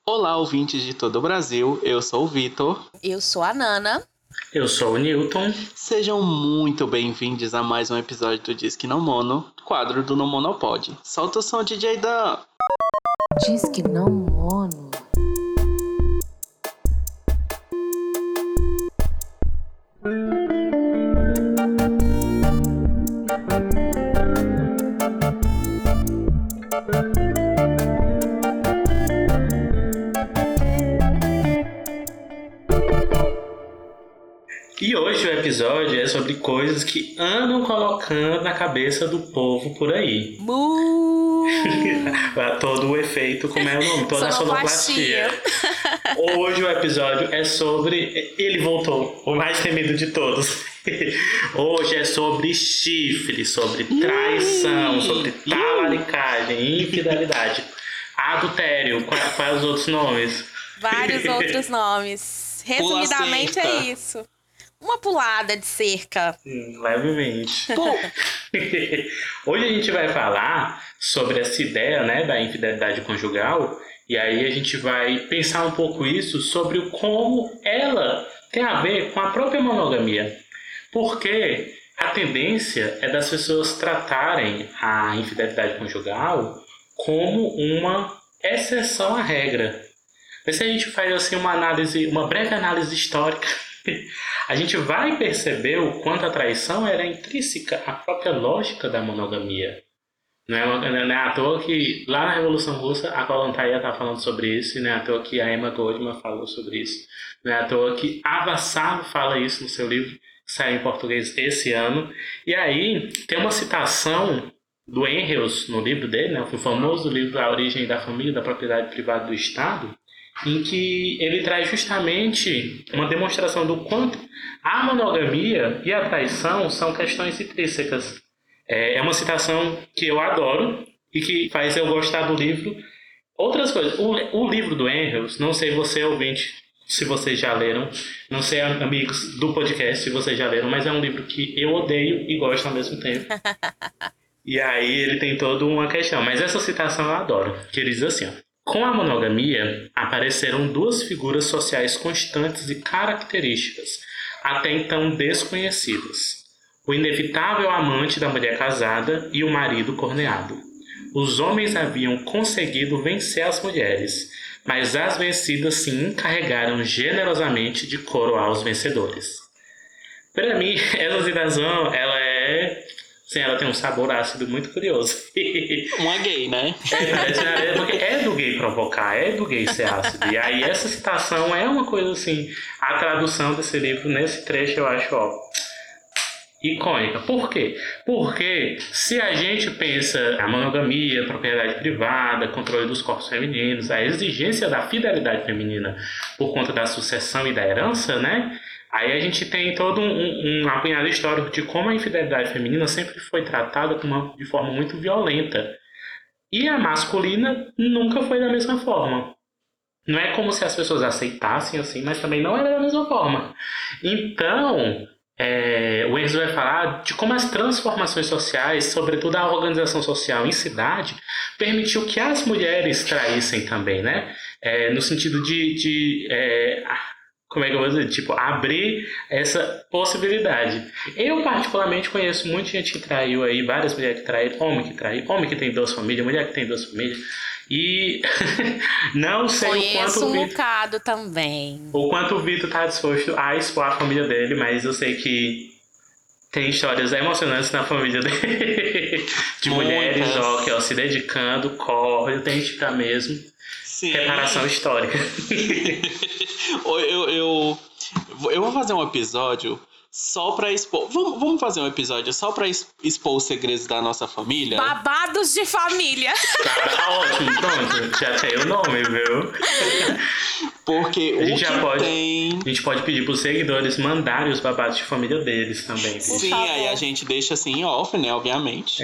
Olá, ouvintes de todo o Brasil, eu sou o Vitor. Eu sou a Nana. Eu sou o Newton. Sejam muito bem-vindos a mais um episódio do Disque Não Mono, quadro do Não Monopod. Solta o som, DJ Dan! Disque Não Mono. E hoje o episódio é sobre coisas que andam colocando na cabeça do povo por aí. Todo o efeito, como é o nome? Toda a sonoplastia. Hoje o episódio é sobre... Ele voltou, o mais temido de todos. Hoje é sobre chifre, sobre traição, sobre talaricagem, infidelidade, adultério. Quais os outros nomes? Vários outros nomes. Resumidamente é isso. Uma pulada de cerca. Levemente. Hoje a gente vai falar sobre essa ideia, né, da infidelidade conjugal. E aí a gente vai pensar um pouco isso sobre como ela tem a ver com a própria monogamia. Porque a tendência é das pessoas tratarem a infidelidade conjugal como uma exceção à regra. Mas se a gente faz assim uma breve análise histórica, a gente vai perceber o quanto a traição era intrínseca à própria lógica da monogamia. Não é à toa que lá na Revolução Russa a Kollontai está falando sobre isso, e não é à toa que a Emma Goldman falou sobre isso. Não é à toa que a Vassalo fala isso no seu livro, que saiu em português esse ano. E aí tem uma citação do Engels no livro dele, né, o famoso livro A Origem da Família e da Propriedade Privada do Estado, em que ele traz justamente uma demonstração do quanto a monogamia e a traição são questões intrínsecas. É uma citação que eu adoro e que faz eu gostar do livro. Outras coisas, o livro do Engels, não sei você ouvinte, se vocês já leram, não sei amigos do podcast se vocês já leram, mas é um livro que eu odeio e gosto ao mesmo tempo. E aí ele tem toda uma questão, mas essa citação eu adoro, que ele diz assim, ó: com a monogamia, apareceram duas figuras sociais constantes e características, até então desconhecidas: o inevitável amante da mulher casada e o marido corneado. Os homens haviam conseguido vencer as mulheres, mas as vencidas se encarregaram generosamente de coroar os vencedores. Para mim, essa citação, ela tem um sabor ácido muito curioso. Uma gay, né? Porque é do gay provocar, é do gay ser ácido. E aí essa citação é uma coisa assim, a tradução desse livro, nesse trecho, eu acho, icônica. Por quê? Porque se a gente pensa a monogamia, propriedade privada, controle dos corpos femininos, a exigência da fidelidade feminina por conta da sucessão e da herança, né? Aí a gente tem todo um apanhado histórico de como a infidelidade feminina sempre foi tratada de forma muito violenta. E a masculina nunca foi da mesma forma. Não é como se as pessoas aceitassem assim, mas também não era da mesma forma. Então, o Enzo vai falar de como as transformações sociais, sobretudo a organização social em cidade, permitiu que as mulheres traíssem também, né? No sentido como é que eu vou dizer? Tipo, abrir essa possibilidade. Eu, particularmente, conheço muita gente que traiu aí, várias mulheres que traíram, homem que tem duas famílias, mulher que tem duas famílias. E não sei Conheço um bocado também. O quanto o Vitor tá disposto a expor a família dele, mas eu sei que tem histórias emocionantes na família dele. De mulheres, que se dedicando, corre, autêntica mesmo. Sim. Reparação histórica. Eu vou fazer um episódio só pra expor... Vamos fazer um episódio só pra expor os segredos da nossa família? Babados de família. Tá ótimo, pronto. Já tem o nome, viu? Porque a gente pode pedir pros seguidores mandarem os babados de família deles também. Sim, aí a gente deixa assim em off, né? Obviamente.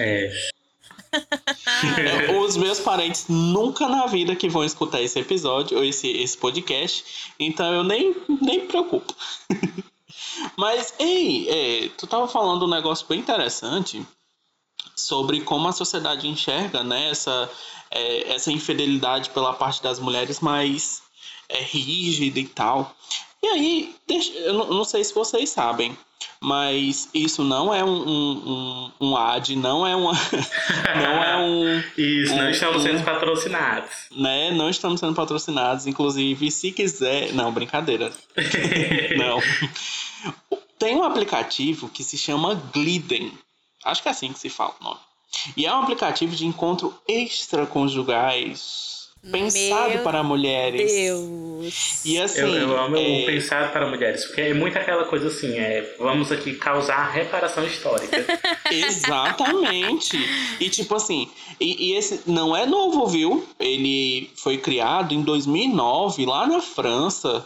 Os meus parentes nunca na vida que vão escutar esse episódio ou esse podcast, então eu nem me preocupo. Mas, tu tava falando um negócio bem interessante sobre como a sociedade enxerga, né, essa infidelidade pela parte das mulheres mais rígida e tal. E aí, eu não sei se vocês sabem, mas isso não é um ad, não é uma. Não é um. Isso, não estamos sendo patrocinados. Né? Não estamos sendo patrocinados, inclusive, se quiser. Não, brincadeira. Não. Tem um aplicativo que se chama Gliden. Acho que é assim que se fala o nome. E é um aplicativo de encontro extraconjugais. Pensado para mulheres. Deus. E assim, eu amo o pensado para mulheres, porque é muito aquela coisa assim, vamos aqui causar reparação histórica. Exatamente. E tipo assim, e esse não é novo, viu? Ele foi criado em 2009, lá na França.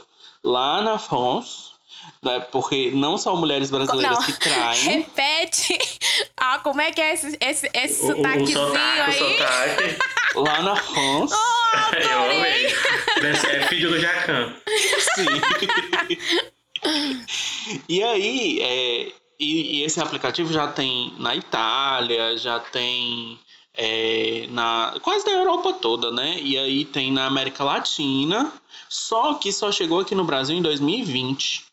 Né? Porque não são mulheres brasileiras que traem. Repete. Como é que é esse sotaquezinho aí? Sotaque. Lá na France. Eu amei. É filho do Jacan. Sim. E aí, e esse aplicativo já tem na Itália, já tem quase na Europa toda, né? E aí tem na América Latina, só que só chegou aqui no Brasil em 2020.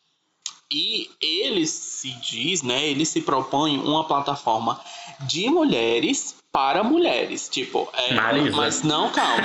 E ele se diz, né? Ele se propõe uma plataforma de mulheres para mulheres. Tipo, mas não, calma.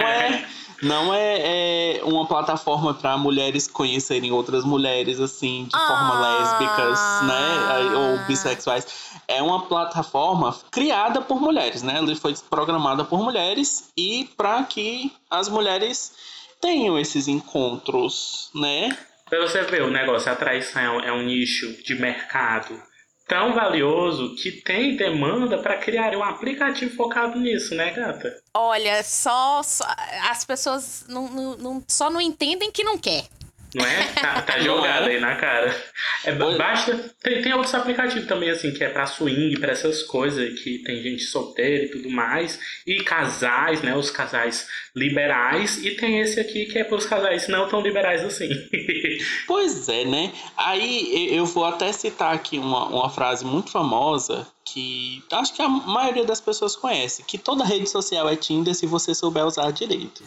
Não é uma plataforma para mulheres conhecerem outras mulheres, assim, de forma lésbicas, né? Ou bissexuais. É uma plataforma criada por mulheres, né? Ela foi programada por mulheres e para que as mulheres tenham esses encontros, né? Pra você ver, o negócio, a traição é um nicho de mercado tão valioso que tem demanda para criar um aplicativo focado nisso, né, gata? Olha, só as pessoas só não entendem que não quer. Não é? Tá jogado aí na cara. Basta. Tem outros aplicativos também, assim, que é pra swing, pra essas coisas, que tem gente solteira e tudo mais. E casais, né? Os casais liberais. E tem esse aqui que é pros casais não tão liberais assim. Pois é, né? Aí eu vou até citar aqui uma frase muito famosa que acho que a maioria das pessoas conhece, que toda rede social é Tinder se você souber usar direito.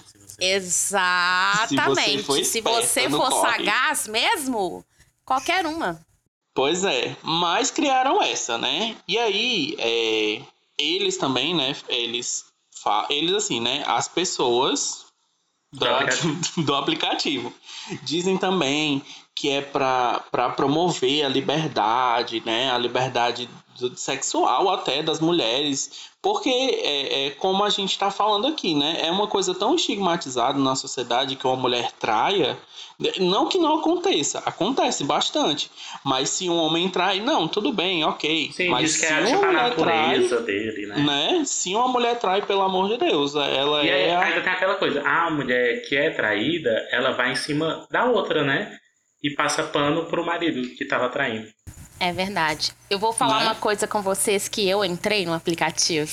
Exatamente. Se você for sagaz mesmo, qualquer uma. Pois é, mas criaram essa, né? E aí, eles também, né? Eles assim, né? As pessoas do aplicativo dizem também que é para promover a liberdade, né? A liberdade sexual até das mulheres, porque como a gente está falando aqui, né? É uma coisa tão estigmatizada na sociedade que uma mulher traia, não que não aconteça, acontece bastante, mas se um homem trai, não, tudo bem, ok. Sim, mas diz que se é uma a mulher natureza trai, dele, né? Se uma mulher trai, pelo amor de Deus, ela e aí, ainda tem aquela coisa, a mulher que é traída, ela vai em cima da outra, né? E passa pano pro marido que tava traindo. É verdade. Eu vou falar uma coisa com vocês que eu entrei no aplicativo.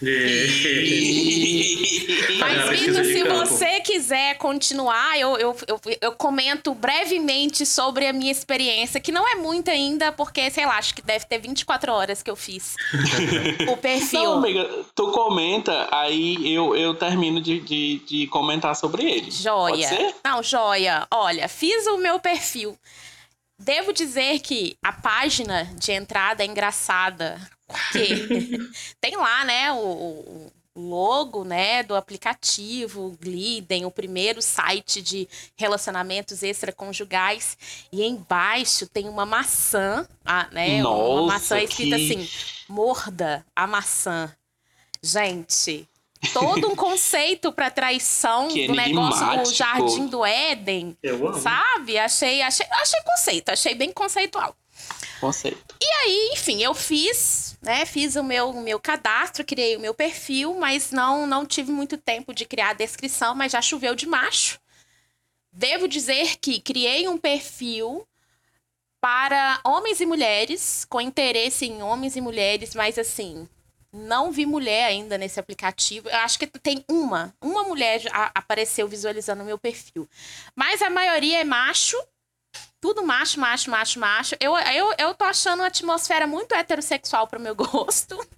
Mas, Vitor, se você quiser continuar, eu comento brevemente sobre a minha experiência, que não é muito ainda, porque, sei lá, acho que deve ter 24 horas que eu fiz o perfil. Não, amiga, tu comenta, aí eu termino de comentar sobre ele. Joia. Pode ser? Não, joia. Olha, fiz o meu perfil. Devo dizer que a página de entrada é engraçada, porque tem lá, né, o logo, né, do aplicativo, o Gliden, o primeiro site de relacionamentos extraconjugais, e embaixo tem uma maçã, né, Nossa, uma maçã escrita assim, morda a maçã. Gente, todo um conceito para traição que do negócio do Jardim do Éden. Eu amo. Sabe? Achei conceito, achei bem conceitual. Conceito. E aí, enfim, eu fiz o meu cadastro, criei o meu perfil, mas não tive muito tempo de criar a descrição, mas já choveu de macho. Devo dizer que criei um perfil para homens e mulheres, com interesse em homens e mulheres, mas assim, não vi mulher ainda nesse aplicativo. Eu acho que tem uma mulher apareceu visualizando o meu perfil. Mas a maioria é macho. Tudo macho. Eu tô achando uma atmosfera muito heterossexual pro meu gosto.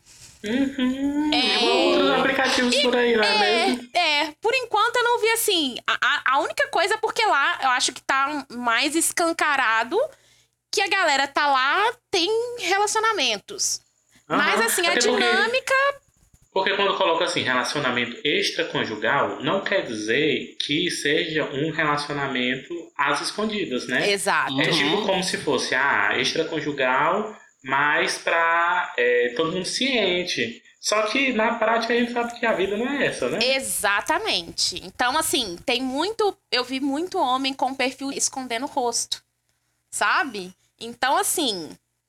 Outros aplicativos por aí, não é mesmo? Por enquanto eu não vi assim. A única coisa é porque lá eu acho que tá mais escancarado que a galera tá lá, tem relacionamentos. Mas assim, a Até porque- dinâmica. Porque quando coloca assim, relacionamento extraconjugal, não quer dizer que seja um relacionamento às escondidas, né? Exato. É tipo como se fosse extraconjugal, mas pra todo mundo ciente. Só que na prática a gente sabe que a vida não é essa, né? Exatamente. Então, assim, eu vi muito homem com perfil escondendo o rosto, sabe? Então, assim,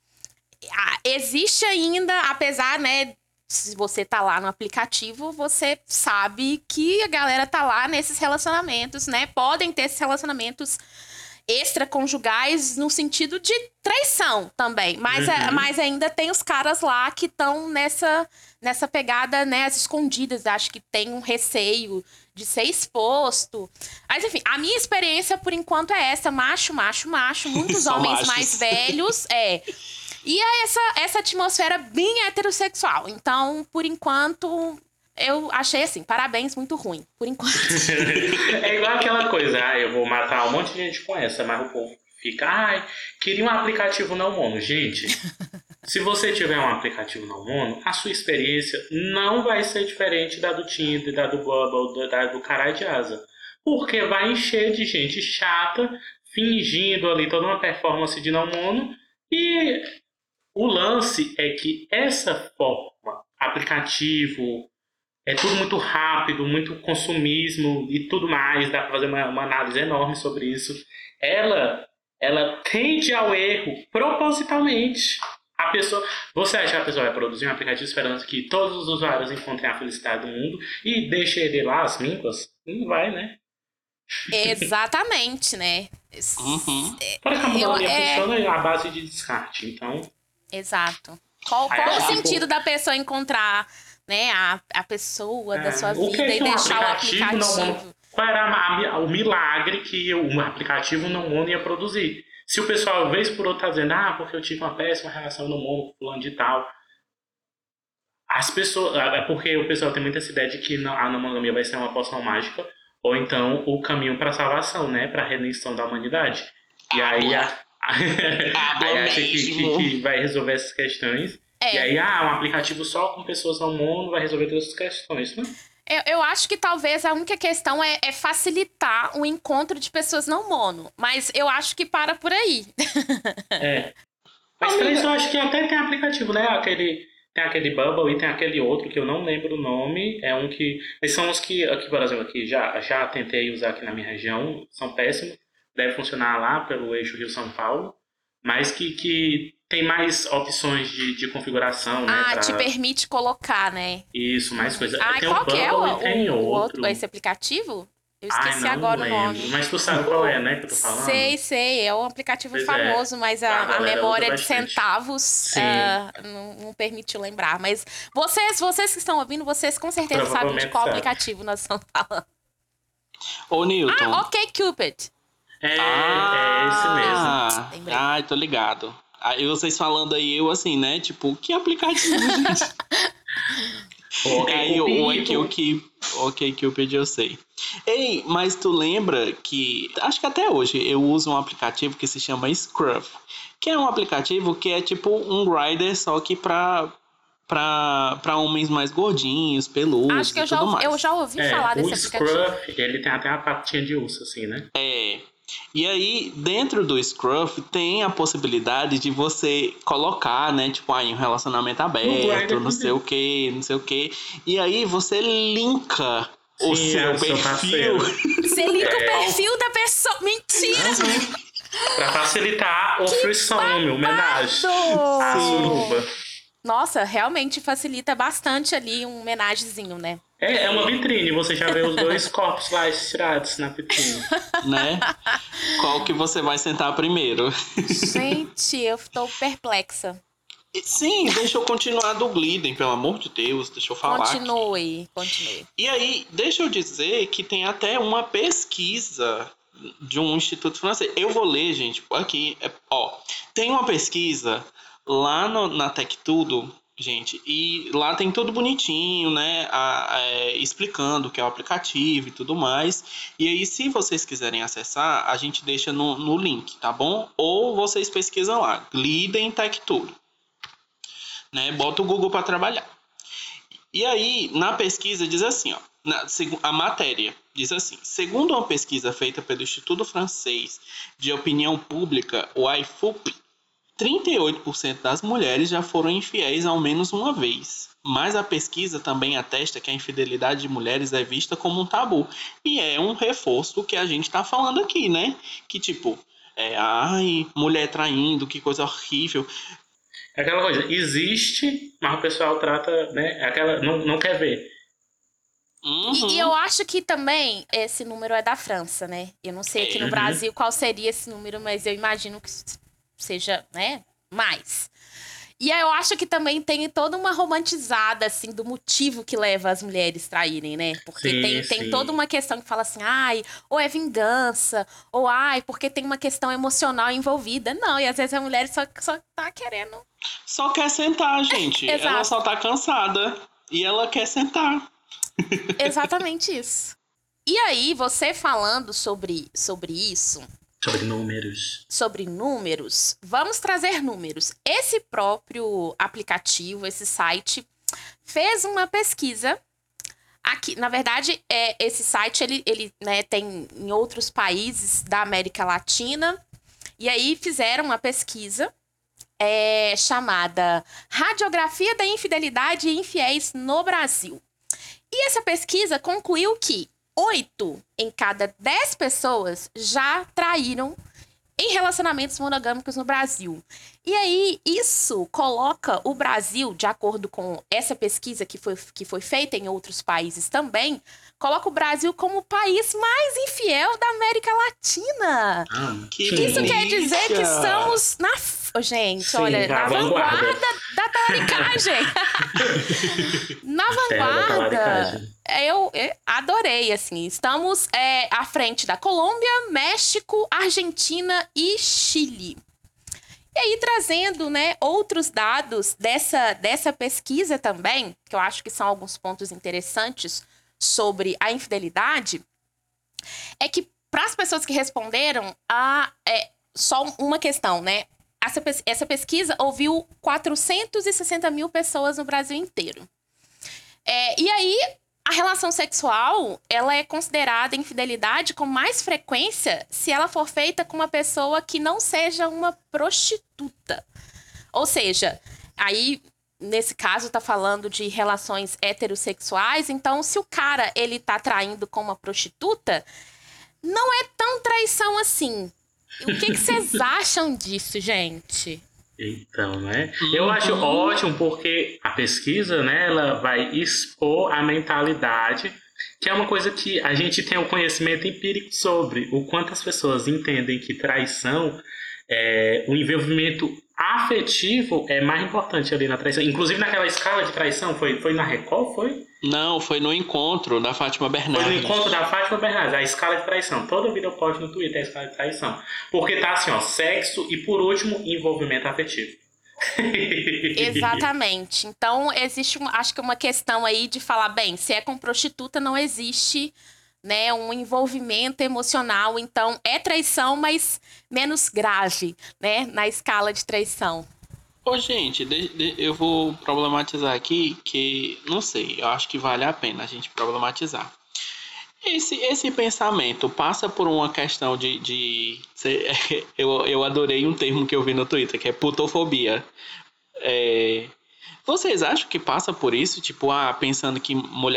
existe ainda, apesar, né, se você tá lá no aplicativo, você sabe que a galera tá lá nesses relacionamentos, né? Podem ter esses relacionamentos extraconjugais no sentido de traição também. Mas ainda tem os caras lá que estão nessa pegada, né, as escondidas. Acho que tem um receio de ser exposto. Mas, enfim, a minha experiência, por enquanto, é essa. Macho. Muitos Só homens machos. mais velhos. E é essa atmosfera bem heterossexual. Então, por enquanto, eu achei assim, parabéns, muito ruim. Por enquanto. É igual aquela coisa, eu vou matar um monte de gente com essa, mas o povo fica, queria um aplicativo não mono. Gente, se você tiver um aplicativo não mono, a sua experiência não vai ser diferente da do Tinder, da do Bubble, da do caralho de asa. Porque vai encher de gente chata, fingindo ali toda uma performance de não mono. E o lance é que essa forma, aplicativo, é tudo muito rápido, muito consumismo e tudo mais, dá para fazer uma análise enorme sobre isso. Ela tende ao erro propositalmente. Você acha que a pessoa vai produzir um aplicativo esperando que todos os usuários encontrem a felicidade do mundo e deixe ele lá as míngua? Não vai, né? Exatamente, né? Para que a monogamia funciona à base de descarte, então... Exato. Qual o sentido da pessoa encontrar, né, a pessoa da sua vida e deixar o aplicativo? Qual era o milagre que o aplicativo não mono ia produzir? Se o pessoal, vez por outra, tá dizendo, porque eu tive uma péssima relação no mono com fulano de tal. As pessoas... É porque o pessoal tem muita essa ideia de que a não monogamia vai ser uma poção mágica, ou então o caminho para a salvação, né? Para a redenção da humanidade. E aí aí acha que vai resolver essas questões. E aí, um aplicativo só com pessoas não mono vai resolver todas essas questões, né? Eu acho que talvez a única questão é facilitar o encontro de pessoas não mono. Mas eu acho que para por aí. Mas pra isso eu acho que até tem aplicativo, né? Tem aquele Bubble e tem aquele outro que eu não lembro o nome. É um que... Eles são os que, aqui, por exemplo, aqui, já tentei usar aqui na minha região. São péssimos. Deve funcionar lá pelo eixo Rio-São Paulo. Mas que tem mais opções de configuração, né? Te permite colocar, né? Isso, mais coisa. Tem qual que é tem outro. esse aplicativo? Eu esqueci não agora lembro. o nome. Mas tu sabe qual é, né, que eu tô falando? Sei. É um aplicativo famoso, mas a memória de centavos não permitiu lembrar. Mas vocês que estão ouvindo, vocês com certeza sabem de qual aplicativo nós estamos falando. Ô, Newton. OkCupid. É esse mesmo. Tô ligado. Aí vocês falando aí, eu assim, né? Tipo, que aplicativo, gente? Aí o OkCupid eu sei. Ei, mas tu lembra que... Acho que até hoje eu uso um aplicativo que se chama Scruff. Que é um aplicativo que é tipo um Grindr, só que pra homens mais gordinhos, peludos. Acho que eu já ouvi falar desse aplicativo. O Scruff, ele tem até uma patinha de urso, assim, né? E aí, dentro do Scruff, tem a possibilidade de você colocar, né? Tipo, um relacionamento aberto, não sei o quê. E aí, você linka o seu perfil. Você linka o perfil da pessoa. Mentira! Pra facilitar o threesome, homenagem à suruba. Nossa, realmente facilita bastante ali um homenagezinho, né? É uma vitrine, você já vê os dois corpos lá estirados na vitrine. Né? Qual que você vai sentar primeiro? Gente, eu tô perplexa. Sim, deixa eu continuar do Glidden, pelo amor de Deus, deixa eu falar. Continue. E aí, deixa eu dizer que tem até uma pesquisa de um instituto francês. Eu vou ler, gente, aqui, tem uma pesquisa lá na Tech Tudo, gente. E lá tem tudo bonitinho, né? Explicando o que é o aplicativo e tudo mais. E aí, se vocês quiserem acessar, a gente deixa no link, tá bom? Ou vocês pesquisam lá, Gliden Tech Tour, né? Bota o Google para trabalhar. E aí, na pesquisa diz assim, ó, a matéria diz assim: segundo uma pesquisa feita pelo Instituto Francês de Opinião Pública, o IFOP, 38% das mulheres já foram infiéis ao menos uma vez. Mas a pesquisa também atesta que a infidelidade de mulheres é vista como um tabu. E é um reforço do que a gente tá falando aqui, né? Que tipo, ai, mulher traindo, que coisa horrível. É aquela coisa, existe, mas o pessoal trata, né? Aquela, não quer ver. Uhum. E eu acho que também esse número é da França, né? Eu não sei aqui no Brasil qual seria esse número, mas eu imagino que seja, né, mais. E aí eu acho que também tem toda uma romantizada, assim, do motivo que leva as mulheres traírem, né? Porque tem toda uma questão que fala assim, ai, ou é vingança, ou ai, porque tem uma questão emocional envolvida. Não, e às vezes a mulher só tá querendo... Só quer sentar, gente. Ela só tá cansada e ela quer sentar. Exatamente isso. E aí, você falando sobre isso... Sobre números, vamos trazer números. Esse próprio aplicativo, esse site, fez uma pesquisa. Aqui, na verdade, esse site ele né, tem em outros países da América Latina. E aí fizeram uma pesquisa chamada Radiografia da Infidelidade e Infiéis no Brasil. E essa pesquisa concluiu que 8 em cada 10 pessoas já traíram em relacionamentos monogâmicos no Brasil. E aí, isso coloca o Brasil, de acordo com essa pesquisa que foi feita em outros países também, coloca o Brasil como o país mais infiel da América Latina. Isso quer dizer que estamos na... Gente, sim, olha, na vanguarda da talaricagem. Na vanguarda. Eu adorei, assim. Estamos à frente da Colômbia, México, Argentina e Chile. E aí, trazendo, né, outros dados dessa pesquisa também, que eu acho que são alguns pontos interessantes sobre a infidelidade, é que para as pessoas que responderam, só uma questão, né? Essa pesquisa ouviu 460 mil pessoas no Brasil inteiro. E aí, a relação sexual, ela é considerada infidelidade com mais frequência se ela for feita com uma pessoa que não seja uma prostituta. Ou seja, aí, nesse caso, tá falando de relações heterossexuais, então, se o cara, ele tá traindo com uma prostituta, não é tão traição assim. O que vocês acham disso, gente? Então, né? Eu acho ótimo porque a pesquisa, né, ela vai expor a mentalidade, que é uma coisa que a gente tem um conhecimento empírico sobre o quanto as pessoas entendem que traição, o envolvimento afetivo é mais importante ali na traição. Inclusive naquela escala de traição, foi na Record, foi? Não, foi no encontro da Fátima Bernardes. Foi no encontro da Fátima Bernardes, a escala de traição. Toda vida eu posto no Twitter a escala de traição. Porque tá assim, ó, sexo e, por último, envolvimento afetivo. Exatamente. Então, existe, acho que uma questão aí de falar, bem, se é com prostituta, não existe, né, um envolvimento emocional. Então, é traição, mas menos grave, né, na escala de traição. Ô, gente, eu vou problematizar aqui que, não sei, eu acho que vale a pena a gente problematizar. Esse pensamento passa por uma questão eu adorei um termo que eu vi no Twitter, que é putofobia. Vocês acham que passa por isso? Tipo, pensando que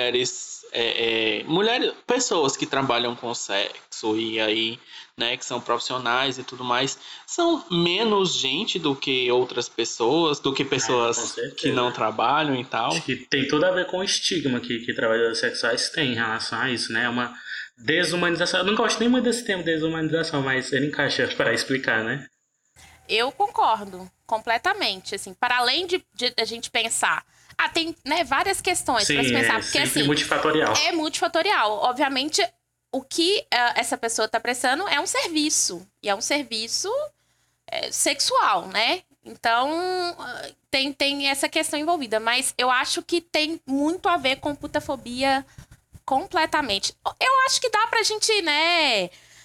pessoas que trabalham com sexo e aí, né, que são profissionais e tudo mais, são menos gente do que outras pessoas, do que pessoas que não trabalham e tal. Acho que tem tudo a ver com o estigma que trabalhadores sexuais têm em relação a isso, né? Uma desumanização. Eu não gosto nem muito desse termo desumanização, mas ele encaixa para explicar, né? Eu concordo completamente, assim, para além de a gente pensar... tem, né, várias questões para se pensar, porque assim... multifatorial. É multifatorial. Obviamente, o que essa pessoa está prestando é um serviço. E é um serviço sexual, né? Então, tem essa questão envolvida. Mas eu acho que tem muito a ver com putafobia completamente. Eu acho que dá pra gente, né?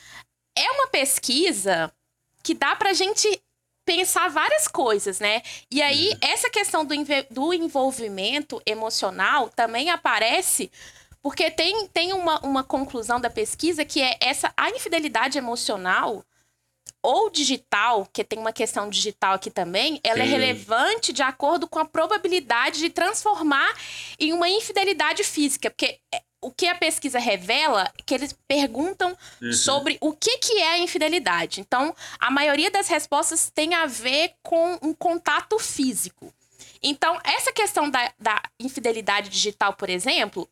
É uma pesquisa que dá pra gente pensar várias coisas, né? E aí, essa questão do envolvimento emocional também aparece porque tem uma conclusão da pesquisa que é a infidelidade emocional ou digital, que tem uma questão digital aqui também, ela é relevante de acordo com a probabilidade de transformar em uma infidelidade física. Porque o que a pesquisa revela é que eles perguntam sobre o que é a infidelidade. Então, a maioria das respostas tem a ver com um contato físico. Então, essa questão da infidelidade digital, por exemplo,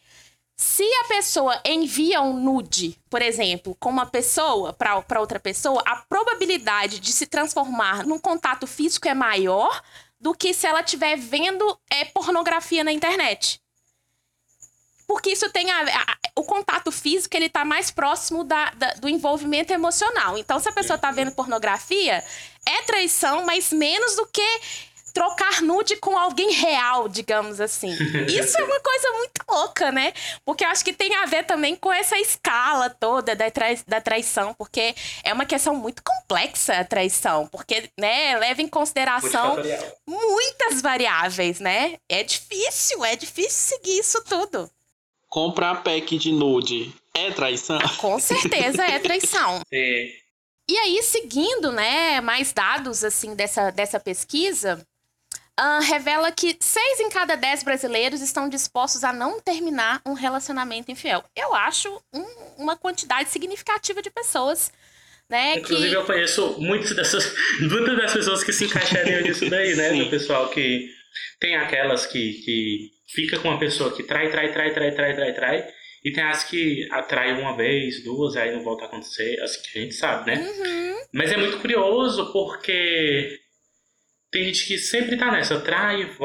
se a pessoa envia um nude, por exemplo, com uma pessoa para outra pessoa, a probabilidade de se transformar num contato físico é maior do que se ela estiver vendo pornografia na internet. Porque isso tem o contato físico, ele tá mais próximo do envolvimento emocional. Então, se a pessoa tá vendo pornografia, é traição, mas menos do que trocar nude com alguém real, digamos assim. Isso é uma coisa muito louca, né? Porque eu acho que tem a ver também com essa escala toda da traição, porque é uma questão muito complexa a traição, porque, né, leva em consideração muitas variáveis, né? É difícil seguir isso tudo. Comprar pack de nude é traição? Com certeza é traição. Sim. E aí, seguindo, né, mais dados, assim, dessa pesquisa, revela que 6 em cada 10 brasileiros estão dispostos a não terminar um relacionamento infiel. Eu acho uma quantidade significativa de pessoas, né? Inclusive, eu conheço muitas das pessoas que se encaixariam nisso daí, né? Do pessoal que tem aquelas que fica com uma pessoa que trai, e tem as que atrai uma vez, duas, aí não volta a acontecer, assim que a gente sabe, né? Mas é muito curioso porque tem gente que sempre tá nessa, trai e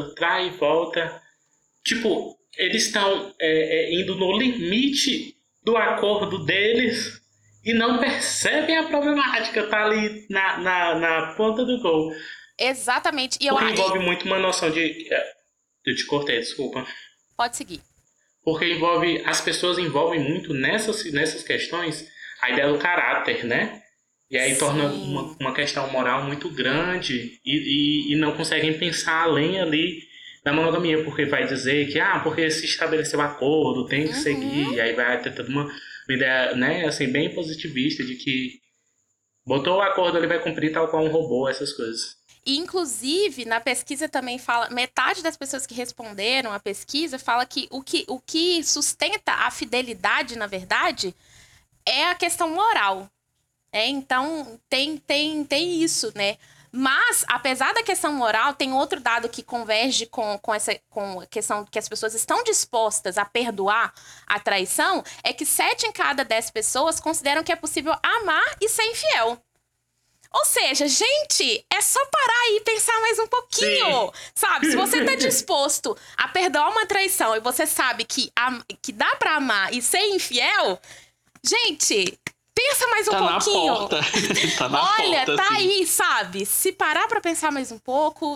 volta. Tipo, eles estão indo no limite do acordo deles e não percebem a problemática, tá ali na ponta do gol. Exatamente. E porque envolve muito uma noção de... Eu te cortei, desculpa. Pode seguir. Porque as pessoas envolvem muito nessas questões a ideia do caráter, né? E aí torna uma questão moral muito grande e não conseguem pensar além ali da monogamia, porque vai dizer que, porque se estabeleceu acordo, tem que seguir, e aí vai ter toda uma ideia, né, assim, bem positivista de que botou o acordo, ele vai cumprir tal qual um robô, essas coisas. E, inclusive, na pesquisa também fala, metade das pessoas que responderam à pesquisa fala que o que sustenta a fidelidade, na verdade, é a questão moral. Então, tem isso, né? Mas, apesar da questão moral, tem outro dado que converge com a questão que as pessoas estão dispostas a perdoar a traição, é que 7 em cada 10 pessoas consideram que é possível amar e ser infiel. Ou seja, gente, é só parar e pensar mais um pouquinho, sabe? Se você tá disposto a perdoar uma traição e você sabe que dá pra amar e ser infiel, gente... Pensa mais um pouquinho. Na porta. Tá na Olha, porta, tá sim. aí, sabe? Se parar pra pensar mais um pouco,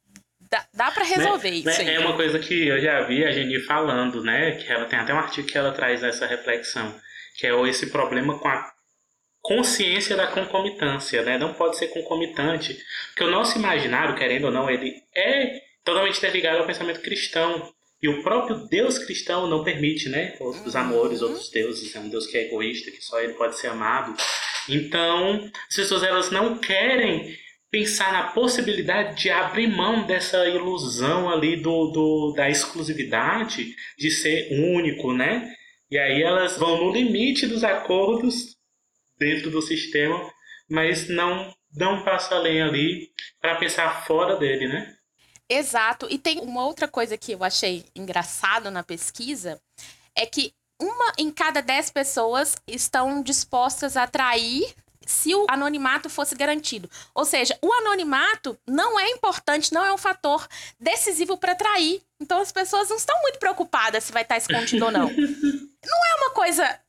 dá pra resolver isso aí. É uma coisa que eu já vi a Geni falando, né? Que ela tem até um artigo que ela traz essa reflexão, que é esse problema com a consciência da concomitância, né? Não pode ser concomitante, porque o nosso imaginário, querendo ou não, ele é totalmente interligado ao pensamento cristão. E o próprio Deus cristão não permite, né? Outros amores, outros deuses. É um Deus que é egoísta, que só ele pode ser amado. Então, as pessoas elas não querem pensar na possibilidade de abrir mão dessa ilusão ali da exclusividade, de ser único, né? E aí elas vão no limite dos acordos dentro do sistema, mas não passam além ali para pensar fora dele, né? Exato. E tem uma outra coisa que eu achei engraçado na pesquisa, é que 1 em cada 10 pessoas estão dispostas a trair se o anonimato fosse garantido. Ou seja, o anonimato não é importante, não é um fator decisivo para trair. Então as pessoas não estão muito preocupadas se vai estar escondido ou não. Não é uma coisa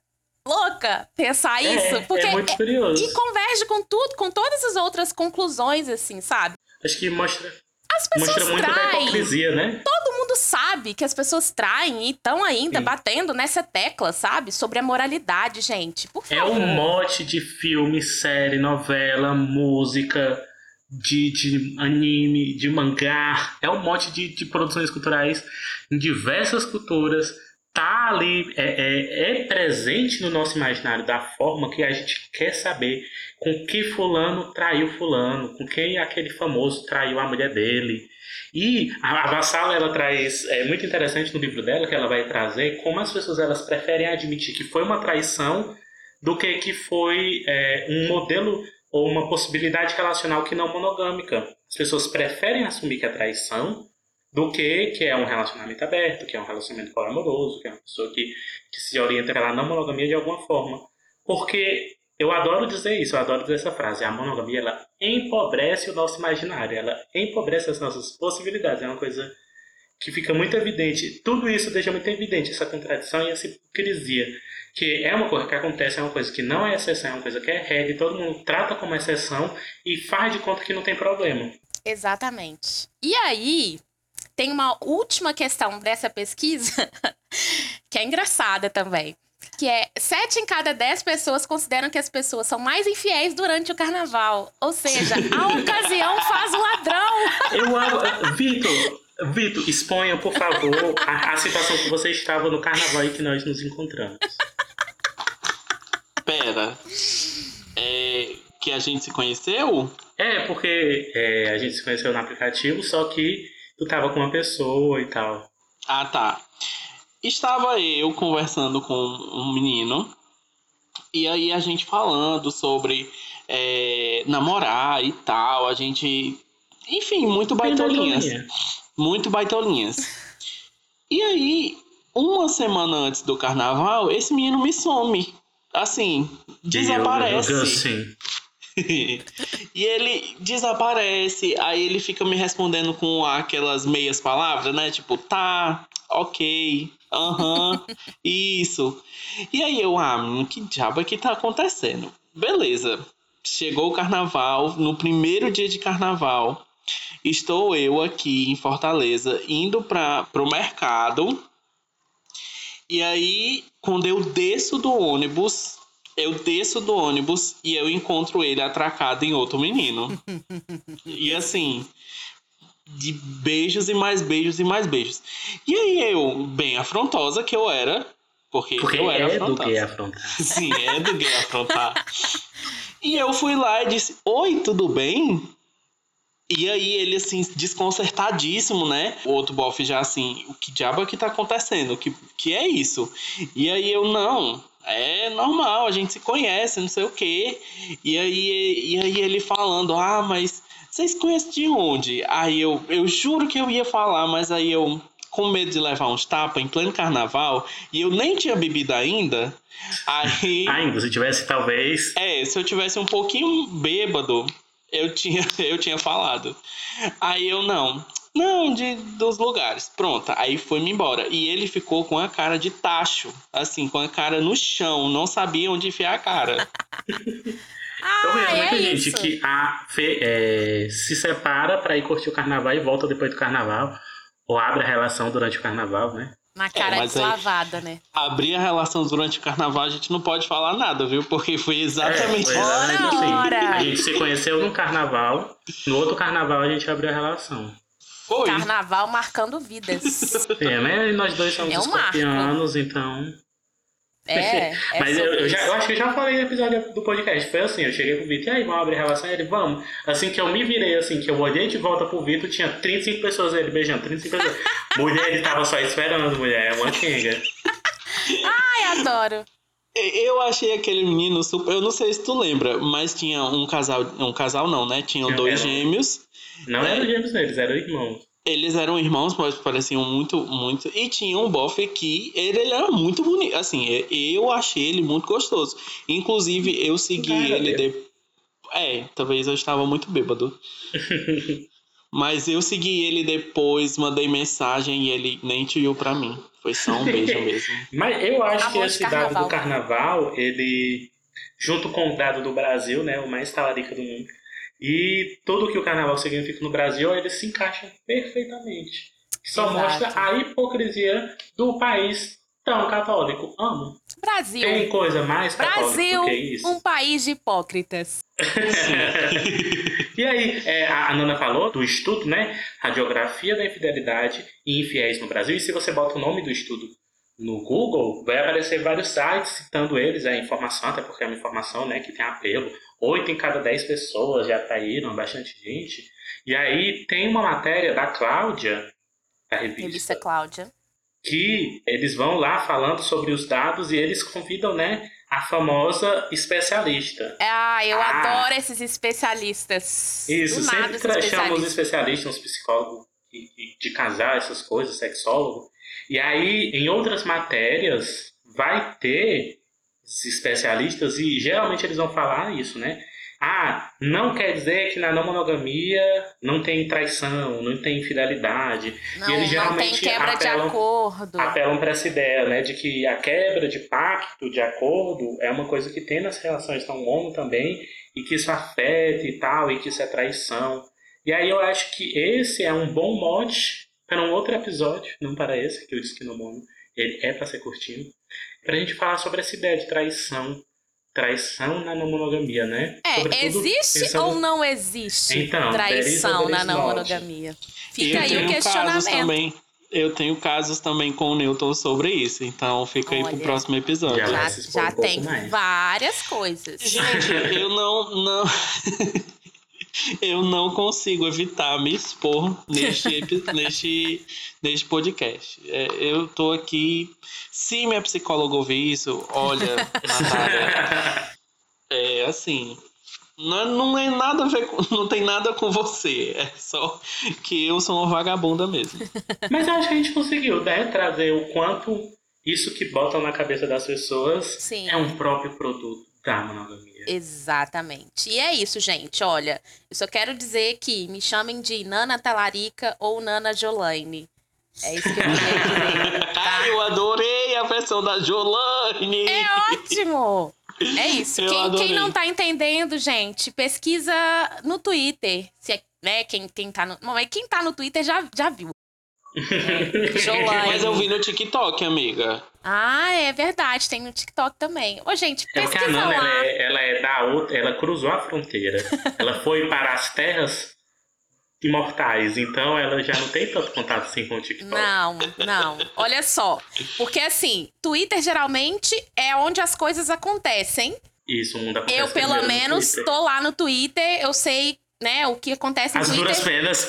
louca pensar isso, porque é muito curioso. e converge com tudo, com todas as outras conclusões, assim, sabe? Acho que mostra Pessoas muito da traem. hipocrisia, né? Todo mundo sabe que as pessoas traem e estão ainda batendo nessa tecla, sabe? Sobre a moralidade, gente. Por favor. É um monte de filme, série, novela, música, de anime, de mangá. É um monte de produções culturais em diversas culturas. Tá ali, é presente no nosso imaginário da forma que a gente quer saber com que fulano traiu fulano, com quem aquele famoso traiu a mulher dele. E a Vassalo, ela traz, é muito interessante no livro dela, que ela vai trazer como as pessoas elas preferem admitir que foi uma traição do que foi um modelo ou uma possibilidade relacional que não monogâmica. As pessoas preferem assumir que é traição do que é um relacionamento aberto, que é um relacionamento poliamoroso, que é uma pessoa que se orienta pela não monogamia de alguma forma. Porque eu adoro dizer isso, eu adoro dizer essa frase. A monogamia, ela empobrece o nosso imaginário, ela empobrece as nossas possibilidades. É uma coisa que fica muito evidente. Tudo isso deixa muito evidente, essa contradição e essa hipocrisia. Que é uma coisa que acontece, é uma coisa que não é exceção, é uma coisa que é regra, e todo mundo trata como exceção e faz de conta que não tem problema. Exatamente. E aí, tem uma última questão dessa pesquisa, que é engraçada também. Que é 7 em cada 10 pessoas consideram que as pessoas são mais infiéis durante o carnaval. Ou seja, a ocasião faz o ladrão. Eu amo. Vitor, exponha, por favor, a situação que você estava no carnaval e que nós nos encontramos. Pera. Que a gente se conheceu? Porque a gente se conheceu no aplicativo, só que tu tava com uma pessoa e tal. Ah, tá. Estava eu conversando com um menino, e aí a gente falando sobre namorar e tal, a gente... Enfim, muito baitolinhas. Muito baitolinhas. E aí, uma semana antes do carnaval, esse menino me some. Assim, desaparece. Assim. E ele desaparece, aí ele fica me respondendo com aquelas meias palavras, né? Tipo, tá, ok, isso. E aí eu, que diabo é que tá acontecendo? Beleza, chegou o carnaval, no primeiro dia de carnaval, estou eu aqui em Fortaleza, indo pro mercado. E aí, quando eu desço do ônibus e eu encontro ele atracado em outro menino. E assim, de beijos e mais beijos e mais beijos. E aí eu, bem afrontosa que eu era, porque eu era afrontosa. Do gay afrontar. Sim, é do gay afrontar. E eu fui lá e disse, oi, tudo bem? E aí ele, assim, desconcertadíssimo, né? O outro bofe já, assim, o que diabo é que tá acontecendo? Que é isso? E aí eu, não, é normal, a gente se conhece, não sei o quê. E aí ele falando, mas vocês conhecem de onde? Aí eu juro que eu ia falar, mas aí eu, com medo de levar uns tapas em pleno carnaval, e eu nem tinha bebido ainda. Aí... Ainda, se tivesse, talvez... se eu tivesse um pouquinho bêbado... Eu tinha falado. Aí eu, não, dos lugares. Pronto, aí foi-me embora. E ele ficou com a cara de tacho, assim, com a cara no chão, não sabia onde enfiar a cara. Eu vejo muita gente que se separa pra ir curtir o carnaval e volta depois do carnaval. Ou abre a relação durante o carnaval, né? Na cara deslavada, né? Abrir a relação durante o carnaval, a gente não pode falar nada, viu? Porque foi exatamente assim. A gente se conheceu no carnaval, no outro carnaval a gente abriu a relação. Foi. Carnaval marcando vidas. Né? Nós dois somos escorpianos, então... Mas eu acho que eu já falei no episódio do podcast. Foi assim, eu cheguei pro Vitor, e aí, vamos abrir relação? E ele, vamos. Assim que eu me virei, assim, que eu olhei de volta pro Vitor, tinha 35 pessoas ele beijando, 35 pessoas. Mulher, ele tava só esperando, mulher, é uma quenga. Ai, adoro. Eu achei aquele menino super... Eu não sei se tu lembra, mas tinha um casal não, né? Tinham dois gêmeos. Não eram gêmeos deles, eram irmãos. Eles eram irmãos, mas pareciam muito, muito... E tinha um bofe que ele era muito bonito. Assim, eu achei ele muito gostoso. Inclusive, eu segui ele... Talvez eu estava muito bêbado. Mas eu segui ele depois, mandei mensagem e ele nem tio pra mim. Foi só um beijo mesmo. Mas eu acho que Amor de esse dado do carnaval, ele, junto com o dado do Brasil, né, o mais talarica do mundo, e tudo que o carnaval significa no Brasil, ele se encaixa perfeitamente. Só Exato. mostra a hipocrisia do país tão católico. Amo. Brasil. Tem coisa mais católica Brasil, do que isso? um país de hipócritas. E aí, a Nana falou do estudo, né? Radiografia da infidelidade e infiéis no Brasil. E se você bota o nome do estudo no Google, vai aparecer vários sites citando eles, a informação, até porque é uma informação, né, que tem apelo. 8 em cada 10 pessoas já traíram, bastante gente. E aí tem uma matéria da Cláudia, da Revista Cláudia, que eles vão lá falando sobre os dados e eles convidam, né, a famosa especialista. Eu adoro esses especialistas. Isso, Do nada, sempre esses chamamos os especialistas, uns psicólogos de casal, essas coisas, sexólogo. E aí, em outras matérias, vai ter os especialistas e geralmente eles vão falar isso, né? Não quer dizer que na não monogamia não tem traição, não tem infidelidade. Não, e eles geralmente não tem quebra de acordo. Apelam para essa ideia, né, de que a quebra de pacto, de acordo, é uma coisa que tem nas relações tão longas também, e que isso afeta e tal, e que isso é traição. E aí eu acho que esse é um bom mote para um outro episódio, não para esse, que eu disse que no mundo ele é para ser curtinho, para a gente falar sobre essa ideia de traição. Traição na não monogamia, né? Existe pensando... ou não existe então, traição na não monogamia? Fica aí o questionamento. Eu tenho casos também com o Newton sobre isso, então fica aí pro próximo episódio. Já tem várias coisas. Gente, eu não eu não consigo evitar me expor neste podcast. Eu tô aqui. Se minha psicóloga ouvir isso, olha, Natália, assim, não é nada a ver, não tem nada com você. É só que eu sou uma vagabunda mesmo. Mas eu acho que a gente conseguiu, né, trazer o quanto isso que botam na cabeça das pessoas Sim. é um próprio produto da monogamia. Exatamente. E é isso, gente. Olha, eu só quero dizer que me chamem de Nana Talarica ou Nana Jolaine. É isso que eu queria dizer. Tá? Eu adorei a versão da Jolaine. É ótimo! É isso. Quem não tá entendendo, gente, pesquisa no Twitter. Se né, quem tá no Twitter já viu. Jolaine. Mas eu vi no TikTok, amiga. É verdade, tem no TikTok também. Ô, gente, pesquisa porque a Nana, lá. ela é da outra, ela cruzou a fronteira. Ela foi para as terras imortais, então ela já não tem tanto contato assim com o TikTok. Não. Olha só, porque assim, Twitter geralmente é onde as coisas acontecem. Isso, o mundo acontece. Eu, pelo menos, tô lá no Twitter, eu sei, né, o que acontece no Twitter. As duras penas.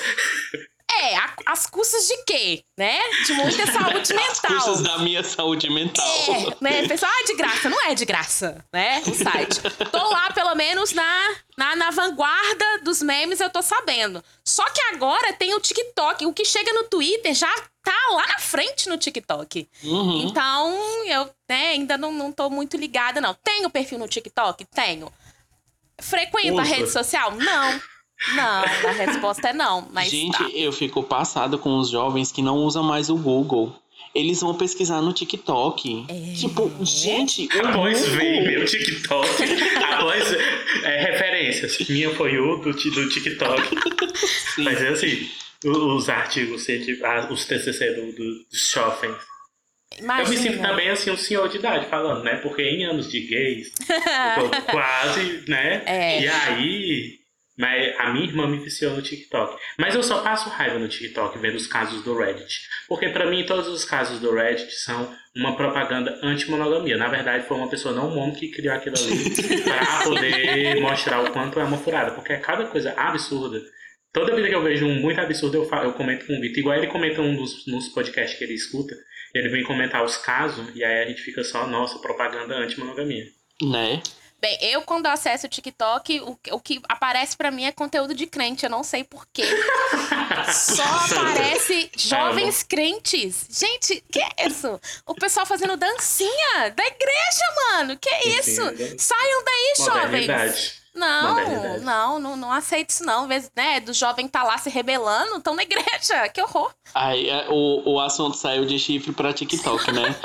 Às custas de quê, né? De muita saúde mental. Às custas da minha saúde mental. Né? Pessoal, de graça. Não é de graça, né? O site. Tô lá, pelo menos, na vanguarda dos memes, eu tô sabendo. Só que agora tem o TikTok. O que chega no Twitter já tá lá na frente no TikTok. Uhum. Então, eu ainda não tô muito ligada, não. Tenho perfil no TikTok? Tenho. Frequento a rede social? Não. Não, a resposta é não. Mas gente, eu fico passado com os jovens que não usam mais o Google. Eles vão pesquisar no TikTok. Tipo, gente... Após vem meu TikTok. Após referências. Minha foi o do TikTok. Sim. Mas é assim, os artigos, os TCC dos jovens. Imagina. Eu me sinto também assim um senhor de idade falando, né? Porque em anos de gays, eu tô quase, né? E aí... Mas a minha irmã me viciou no TikTok. Mas eu só passo raiva no TikTok vendo os casos do Reddit. Porque pra mim todos os casos do Reddit são uma propaganda anti-monogamia. Na verdade foi uma pessoa não mono que criou aquilo ali pra poder mostrar o quanto é uma furada. Porque é cada coisa absurda. Toda vida que eu vejo um muito absurdo eu comento com o Vitor. Igual ele comenta nos podcasts que ele escuta. Ele vem comentar os casos e aí a gente fica só, nossa, propaganda anti-monogamia. Né? Bem, eu quando acesso o TikTok, o que aparece pra mim é conteúdo de crente, eu não sei porquê. Só aparece jovens crentes. Gente, que é isso? O pessoal fazendo dancinha da igreja, mano. Que é isso? Saiam daí, jovens. Não, não aceito isso não. Às vezes, né, do jovem tá lá se rebelando, estão na igreja. Que horror. Aí o assunto saiu de chifre pra TikTok, né?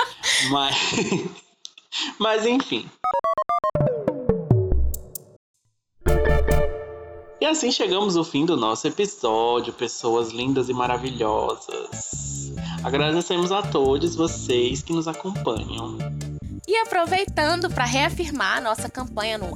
Mas enfim. E assim chegamos ao fim do nosso episódio, pessoas lindas e maravilhosas. Agradecemos a todos vocês que nos acompanham. E aproveitando para reafirmar nossa campanha no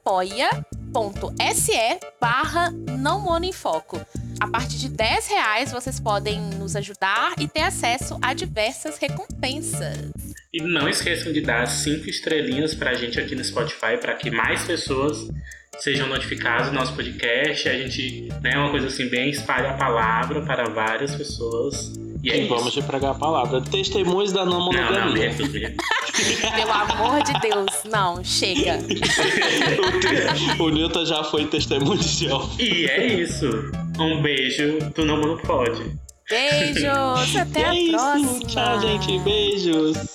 apoia.se/NãoMonoEmFoco. A partir de R$10 vocês podem nos ajudar e ter acesso a diversas recompensas. E não esqueçam de dar 5 estrelinhas pra gente aqui no Spotify, para que mais pessoas sejam notificadas do nosso podcast. A gente, né, uma coisa assim, bem espalha a palavra para várias pessoas. E vamos de pregar a palavra. Testemunhos da não monogamia. Pelo amor de Deus, não, chega. O Newton já foi testemunho de Jeová. E é isso. Um beijo do Não Mundo Pode. Beijos, até a próxima. Tchau, gente. Beijos.